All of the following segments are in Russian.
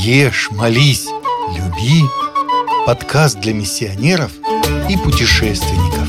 Ешь, молись, люби. Подкаст для миссионеров и путешественников.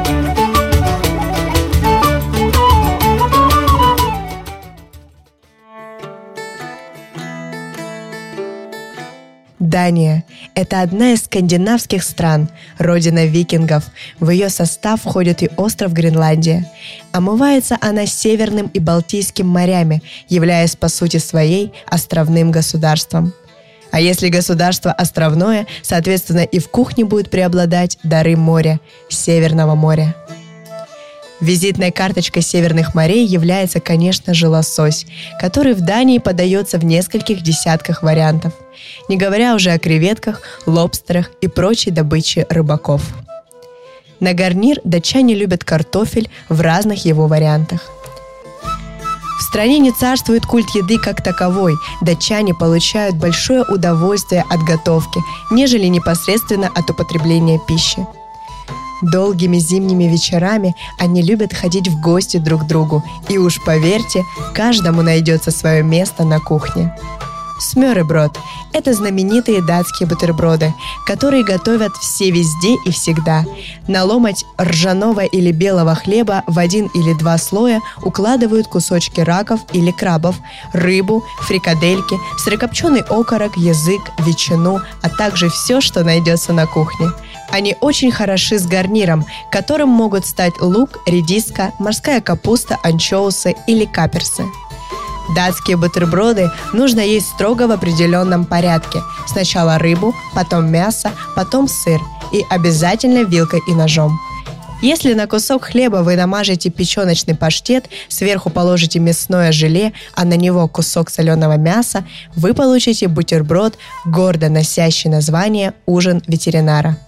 Дания – это одна из скандинавских стран, родина викингов. В ее состав входит и остров Гренландия. Омывается она Северным и Балтийским морями, являясь по сути своей островным государством. А если государство островное, соответственно и в кухне будут преобладать дары моря, Северного моря. Визитной карточкой северных морей является, конечно же, лосось, который в Дании подается в нескольких десятках вариантов, не говоря уже о креветках, лобстерах и прочей добыче рыбаков. На гарнир датчане любят картофель в разных его вариантах. В стране не царствует культ еды как таковой, датчане получают большое удовольствие от готовки, нежели непосредственно от употребления пищи. Долгими зимними вечерами они любят ходить в гости друг к другу, и уж поверьте, каждому найдется свое место на кухне. Смørrebrød – это знаменитые датские бутерброды, которые готовят все везде и всегда. Наломать ржаного или белого хлеба в 1 или 2 слоя укладывают кусочки раков или крабов, рыбу, фрикадельки, сырокопченый окорок, язык, ветчину, а также все, что найдется на кухне. Они очень хороши с гарниром, которым могут стать лук, редиска, морская капуста, анчоусы или каперсы. Датские бутерброды нужно есть строго в определенном порядке. Сначала рыбу, потом мясо, потом сыр и обязательно вилкой и ножом. Если на кусок хлеба вы намажете печеночный паштет, сверху положите мясное желе, а на него кусок соленого мяса, вы получите бутерброд, гордо носящий название «Ужин ветеринара».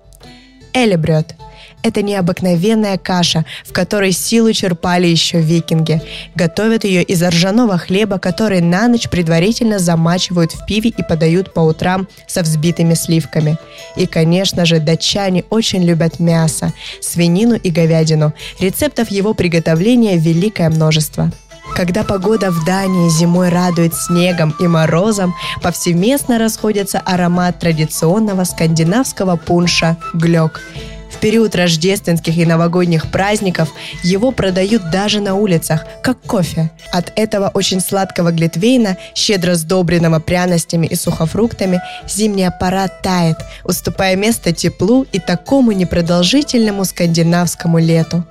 Эллебрёд – это необыкновенная каша, в которой силу черпали еще викинги. Готовят ее из ржаного хлеба, который на ночь предварительно замачивают в пиве и подают по утрам со взбитыми сливками. И, конечно же, датчане очень любят мясо, свинину и говядину. Рецептов его приготовления великое множество. Когда погода в Дании зимой радует снегом и морозом, повсеместно расходится аромат традиционного скандинавского пунша «глёгг». В период рождественских и новогодних праздников его продают даже на улицах, как кофе. От этого очень сладкого глинтвейна, щедро сдобренного пряностями и сухофруктами, зимняя пора тает, уступая место теплу и такому непродолжительному скандинавскому лету.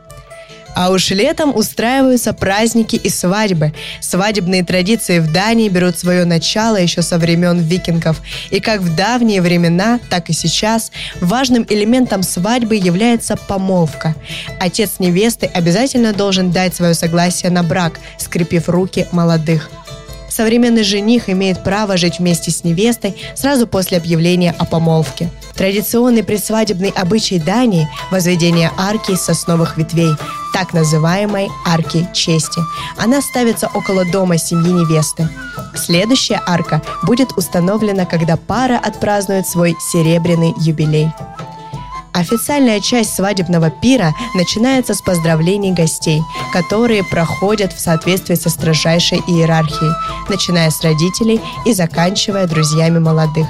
А уж летом устраиваются праздники и свадьбы. Свадебные традиции в Дании берут свое начало еще со времен викингов. И как в давние времена, так и сейчас важным элементом свадьбы является помолвка. Отец невесты обязательно должен дать свое согласие на брак, скрепив руки молодых. Современный жених имеет право жить вместе с невестой сразу после объявления о помолвке. Традиционный предсвадебный обычай Дании – возведение арки из сосновых ветвей, так называемой арки чести. Она ставится около дома семьи невесты. Следующая арка будет установлена, когда пара отпразднует свой серебряный юбилей. Официальная часть свадебного пира начинается с поздравлений гостей, которые проходят в соответствии со строжайшей иерархией, начиная с родителей и заканчивая друзьями молодых.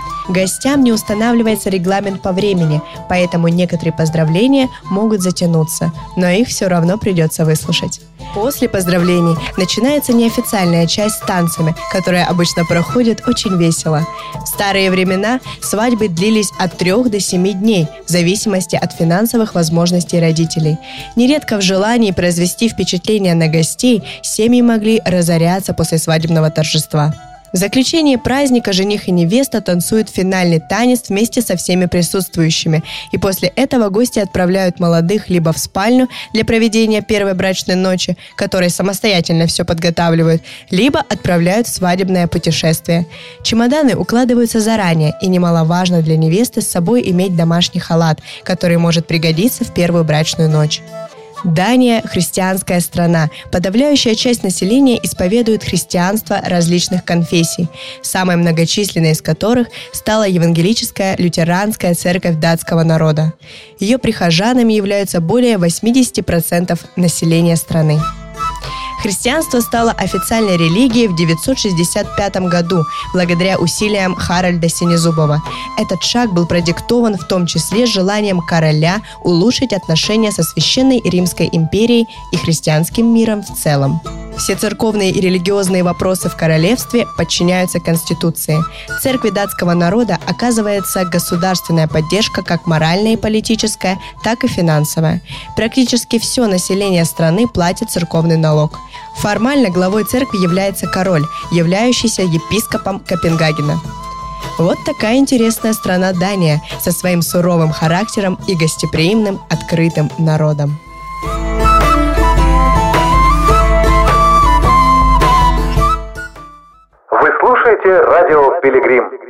Гостям не устанавливается регламент по времени, поэтому некоторые поздравления могут затянуться, но их все равно придется выслушать. После поздравлений начинается неофициальная часть с танцами, которая обычно проходит очень весело. В старые времена свадьбы длились от 3 до 7 дней, в зависимости от финансовых возможностей родителей. Нередко в желании произвести впечатление на гостей семьи могли разоряться после свадебного торжества. В заключение праздника жених и невеста танцуют финальный танец вместе со всеми присутствующими, и после этого гости отправляют молодых либо в спальню для проведения первой брачной ночи, которой самостоятельно все подготавливают, либо отправляют в свадебное путешествие. Чемоданы укладываются заранее, и немаловажно для невесты с собой иметь домашний халат, который может пригодиться в первую брачную ночь. Дания – христианская страна. Подавляющая часть населения исповедует христианство различных конфессий, самой многочисленной из которых стала Евангелическая лютеранская церковь датского народа. Ее прихожанами являются более 80% населения страны. Христианство стало официальной религией в 965 году благодаря усилиям Харальда Синезубова. Этот шаг был продиктован в том числе желанием короля улучшить отношения со Священной Римской империей и христианским миром в целом. Все церковные и религиозные вопросы в королевстве подчиняются Конституции. Церкви датского народа оказывается государственная поддержка как моральная и политическая, так и финансовая. Практически все население страны платит церковный налог. Формально главой церкви является король, являющийся епископом Копенгагена. Вот такая интересная страна Дания со своим суровым характером и гостеприимным, открытым народом. Вы слушаете радио «Пилигрим».